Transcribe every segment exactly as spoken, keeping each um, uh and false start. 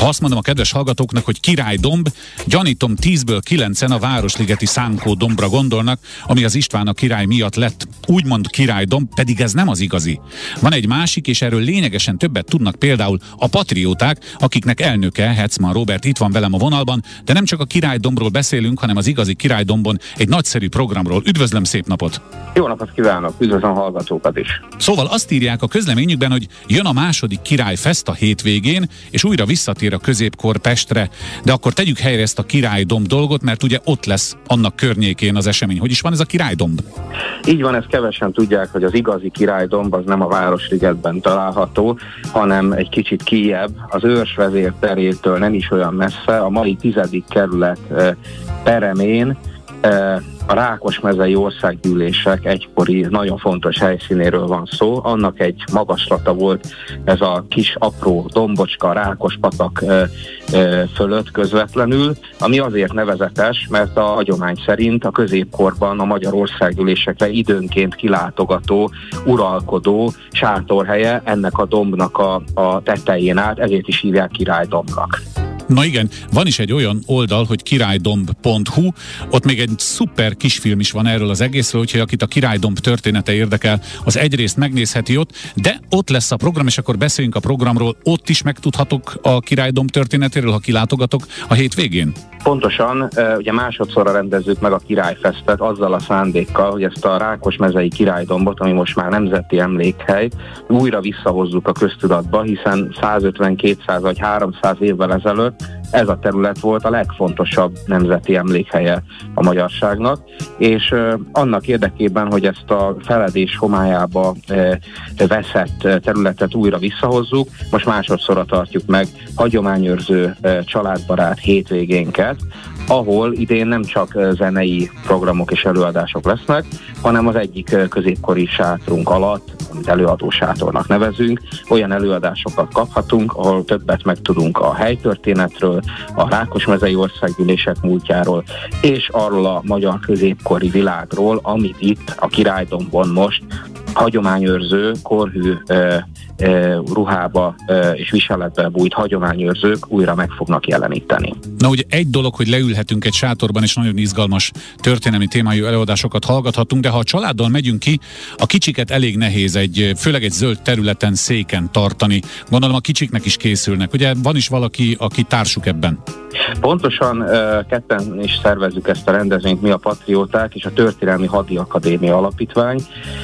Ha azt mondom a kedves hallgatóknak, hogy Királydomb, gyanítom tízből kilencen a Városligeti Szánkó dombra gondolnak, ami az István a király miatt lett úgymond Királydomb, pedig ez nem az igazi. Van egy másik, és erről lényegesen többet tudnak például a patrióták, akiknek elnöke, Hetzman Róbert itt van velem a vonalban, de nem csak a Királydombról beszélünk, hanem az igazi Királydombon egy nagyszerű programról. Üdvözlöm, szép napot! Jó napot kívánok, üdvözlöm a hallgatókat is! Szóval azt írják a közleményükben, hogy jön a második Királyfest a hétvégén, és újra visszatér a középkor Pestre. De akkor tegyük helyre ezt a Királydomb dolgot, mert ugye ott lesz annak környékén az esemény. Hogy is van ez a Királydomb? Így van, ezt kevesen tudják, hogy az igazi Királydomb az nem a Városligetben található, hanem egy kicsit kijjebb, az Őrsvezér terétől nem is olyan messze, a mai tizedik kerület eh, peremén, eh, a Rákosmezei országgyűlések egykori nagyon fontos helyszínéről van szó. Annak egy magaslata volt ez a kis apró dombocska a Rákospatak e, e, fölött közvetlenül, ami azért nevezetes, mert a hagyomány szerint a középkorban a magyar országgyűlésekre időnként kilátogató, uralkodó sátorhelye ennek a dombnak a, a tetején állt, ezért is hívják Királydombnak. Na igen, van is egy olyan oldal, hogy királydomb pont hu, ott még egy szuper kisfilm is van erről az egészről, úgyhogy akit a Királydomb története érdekel, az egyrészt megnézheti ott, de ott lesz a program, és akkor beszéljünk a programról, ott is megtudhatok a Királydomb történetéről, ha kilátogatok a hétvégén? Pontosan, ugye másodszorra rendezzük meg a Királyfestet azzal a szándékkal, hogy ezt a Rákosmezei Királydombot, ami most már nemzeti emlékhely, újra visszahozzuk a köztudatba, hiszen százötven-kétszáz vagy háromszáz évvel ezelőtt ez a terület volt a legfontosabb nemzeti emlékhelye a magyarságnak, és uh, annak érdekében, hogy ezt a feledés homályába uh, veszett területet újra visszahozzuk, most másodszorra tartjuk meg hagyományőrző uh, családbarát hétvégénket, ahol idén nem csak zenei programok és előadások lesznek, hanem az egyik középkori sátrunk alatt, amit előadó sátornak nevezünk, olyan előadásokat kaphatunk, ahol többet megtudunk a helytörténetről, a Rákosmezei országgyűlések múltjáról, és arról a magyar középkori világról, amit itt a Királydombon most hagyományőrző, korhű ö, ö, ruhába ö, és viseletbe bújt hagyományőrzők újra meg fognak jeleníteni. Na ugye egy dolog, hogy leülhetünk egy sátorban, és nagyon izgalmas történelmi témájú előadásokat hallgathatunk, de ha a családdal megyünk ki, a kicsiket elég nehéz egy, főleg egy zöld területen széken tartani. Gondolom a kicsiknek is készülnek. Ugye van is valaki, aki társuk ebben? Pontosan ketten is szervezzük ezt a rendezvényt, mi a patrióták és a Történelmi Hadiakadémia Alapítvány,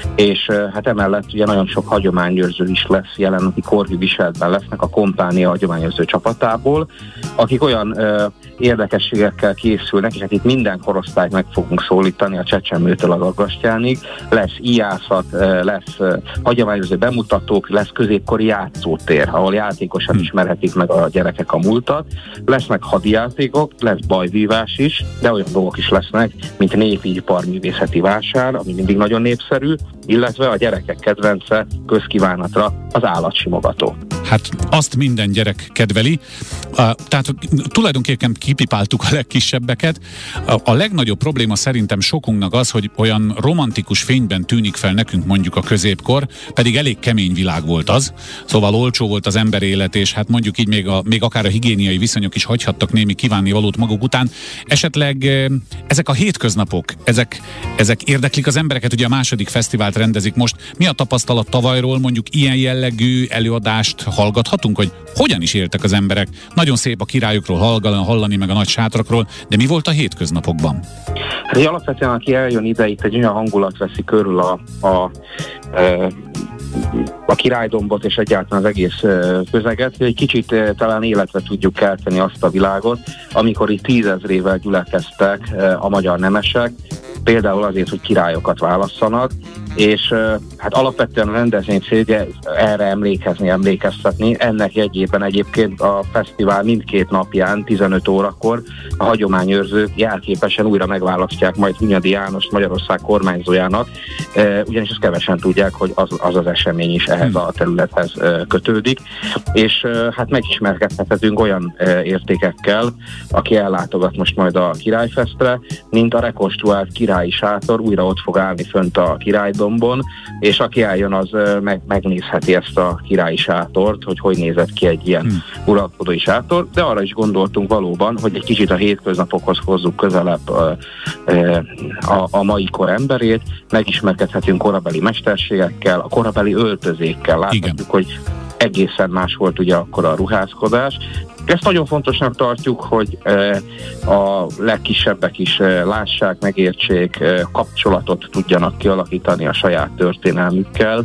és hát emellett ugye nagyon sok hagyományőrző is lesz jelen, akik korhű viseletben lesznek a kompánia hagyományőrző csapatából, akik olyan ö, érdekességekkel készülnek, és hát itt minden korosztályt meg fogunk szólítani, a csecsemőtől az aggastyánig, lesz ijászat, ö, lesz ö, hagyományőrző bemutatók, lesz középkori játszótér, ahol játékosan hmm. ismerhetik meg a gyerekek a múltat, lesznek hadijátékok, lesz bajvívás is, de olyan dolgok is lesznek, mint népi iparművészeti vásár, ami mindig nagyon népszerű, illetve a gyerekek kedvence közkívánatra az állatsimogató. Hát azt minden gyerek kedveli. Uh, tehát tulajdonképpen kipipáltuk a legkisebbeket. A, a legnagyobb probléma szerintem sokunknak az, hogy olyan romantikus fényben tűnik fel nekünk mondjuk a középkor, pedig elég kemény világ volt az. Szóval olcsó volt az emberélet, és hát mondjuk így még, a, még akár a higiéniai viszonyok is hagyhattak némi kívánnivalót maguk után. Esetleg ezek a hétköznapok, ezek, ezek érdeklik az embereket, ugye a második fesztivált rendezik most. Mi a tapasztalat tavalyról, mondjuk ilyen jellegű előadást hallgathatunk, hogy hogyan is éltek az emberek? Nagyon szép a királyokról hallani, hallani meg a nagy sátrakról, de mi volt a hétköznapokban? Hát alapvetően, aki eljön ide, itt egy olyan hangulat veszi körül a, a, a a Királydombot és egyáltalán az egész közeget, hogy egy kicsit talán életre tudjuk kelteni azt a világot, amikor itt tízezrével gyülekeztek a magyar nemesek, például azért, hogy királyokat válasszanak, és hát alapvetően a rendezvény célja erre emlékezni, emlékeztetni. Ennek jegyében egyébként a fesztivál mindkét napján, tizenöt órakor a hagyományőrzők jelképesen újra megválasztják majd Hunyadi Jánost Magyarország kormányzójának, ugyanis ezt kevesen tudják, hogy az az, az esemény is ehhez a területhez kötődik, és hát megismerkedhetünk olyan értékekkel, aki ellátogat most majd a Királyfestre, mint a rekonstruált királyi sátor, újra ott fog állni fönt a Királydombon, és aki eljön, az meg, megnézheti ezt a királyi sátort, hogy hogy nézett ki egy ilyen hmm. uralkodói sátor, de arra is gondoltunk valóban, hogy egy kicsit a hétköznapokhoz hozzuk közelebb a, a, a mai kor emberét, megismerkedhetünk korabeli mesterségekkel, a korabeli öltözékkel, láthatjuk, hogy egészen más volt ugye akkor a ruházkodás. Ezt nagyon fontosnak tartjuk, hogy a legkisebbek is lássák, megértsék, kapcsolatot tudjanak kialakítani a saját történelmükkel,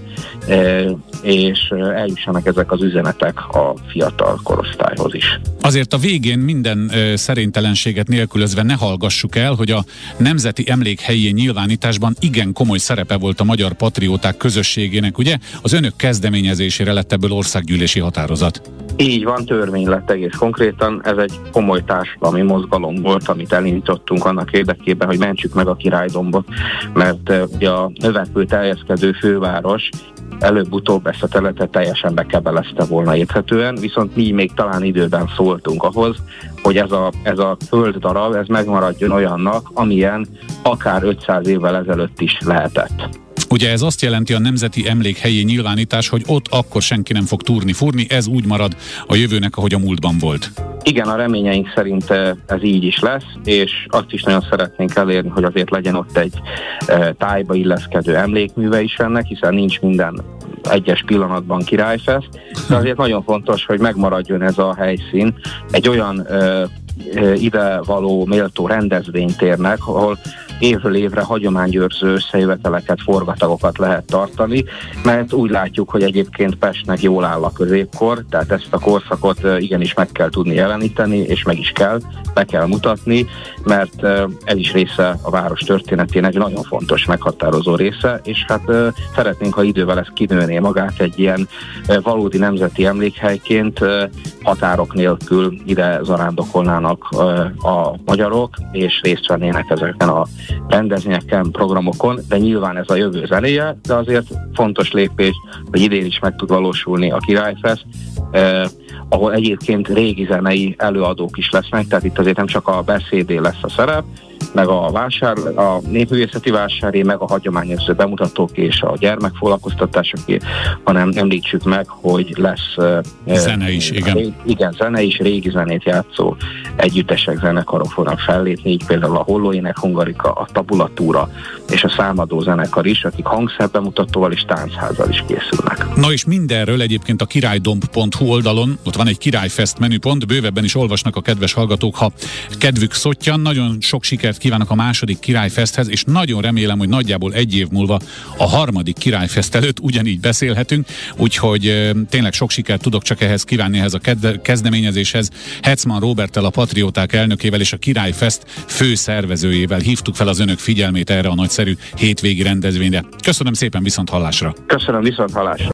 és eljussanak ezek az üzenetek a fiatal korosztályhoz is. Azért a végén minden szerénytelenséget nélkülözve ne hallgassuk el, hogy a Nemzeti Emlékhelyén nyilvánításban igen komoly szerepe volt a magyar patrióták közösségének, ugye? Az önök kezdeményezésére lett ebből országgyűlési határozat. Így van, törvény lett egész konkrétan. Ez egy komoly társadalmi mozgalom volt, amit elindítottunk annak érdekében, hogy mentsük meg a Királydombot, mert uh, ugye a növekvő terjeszkedő főváros előbb-utóbb ezt a területet teljesen bekebelezte volna érthetően, viszont mi még talán időben szóltunk ahhoz, hogy ez a, ez a földdarab, ez megmaradjon olyannak, amilyen akár ötszáz évvel ezelőtt is lehetett. Ugye ez azt jelenti a Nemzeti Emlékhelyi nyilvánítás, hogy ott akkor senki nem fog túrni-fúrni, ez úgy marad a jövőnek, ahogy a múltban volt. Igen, a reményeink szerint ez így is lesz, és azt is nagyon szeretnénk elérni, hogy azért legyen ott egy tájba illeszkedő emlékműve is ennek, hiszen nincs minden egyes pillanatban Királyfest, de azért nagyon fontos, hogy megmaradjon ez a helyszín egy olyan ide való méltó rendezvénytérnek, ahol évről évre hagyományőrző összejöveteleket, forgatagokat lehet tartani, mert úgy látjuk, hogy egyébként Pestnek jól áll a középkor, tehát ezt a korszakot igenis meg kell tudni jeleníteni, és meg is kell, be kell mutatni, mert ez is része a város történetének, egy nagyon fontos, meghatározó része, és hát szeretnénk, ha idővel ez kinőné magát egy ilyen valódi nemzeti emlékhelyként, határok nélkül ide zarándokolnának a magyarok, és részt vennének ezeken a rendezvényeken, programokon, de nyilván ez a jövő zenéje, de azért fontos lépés, hogy idén is meg tud valósulni a Királyfest, eh, ahol egyébként régi zenei előadók is lesznek, tehát itt azért nem csak a beszédé lesz a szerep, meg a vásár, a népművészeti vásáré, meg a hagyományos bemutatók és a gyermekfoglalkoztatásoké, hanem említsük meg, hogy lesz zene is, uh, igen. Ré, igen, zene is, régi zenét játszó együttesek, zenekarok fognak fellépni, így például a Hollóének Hungarika, a Tabulatúra és a Számadó zenekar is, akik hangszerbemutatóval és táncházzal is készülnek. Na és mindenről egyébként a királydomb pont hu oldalon, ott van egy Királyfest menüpont, bővebben is olvasnak a kedves hallgatók, ha kedvük szottyan. Nagyon sok sikert kívánok a második Királyfesthez, és nagyon remélem, hogy nagyjából egy év múlva a harmadik Királyfest előtt ugyanígy beszélhetünk, úgyhogy e, tényleg sok sikert tudok csak ehhez kívánni, ehhez a kedve, kezdeményezéshez. Hetzmann Róberttel, a Patrióták elnökével és a Királyfest fő szervezőjével hívtuk fel az önök figyelmét erre a nagyszerű hétvégi rendezvényre. Köszönöm szépen, viszont hallásra! Köszönöm, viszont hallásra!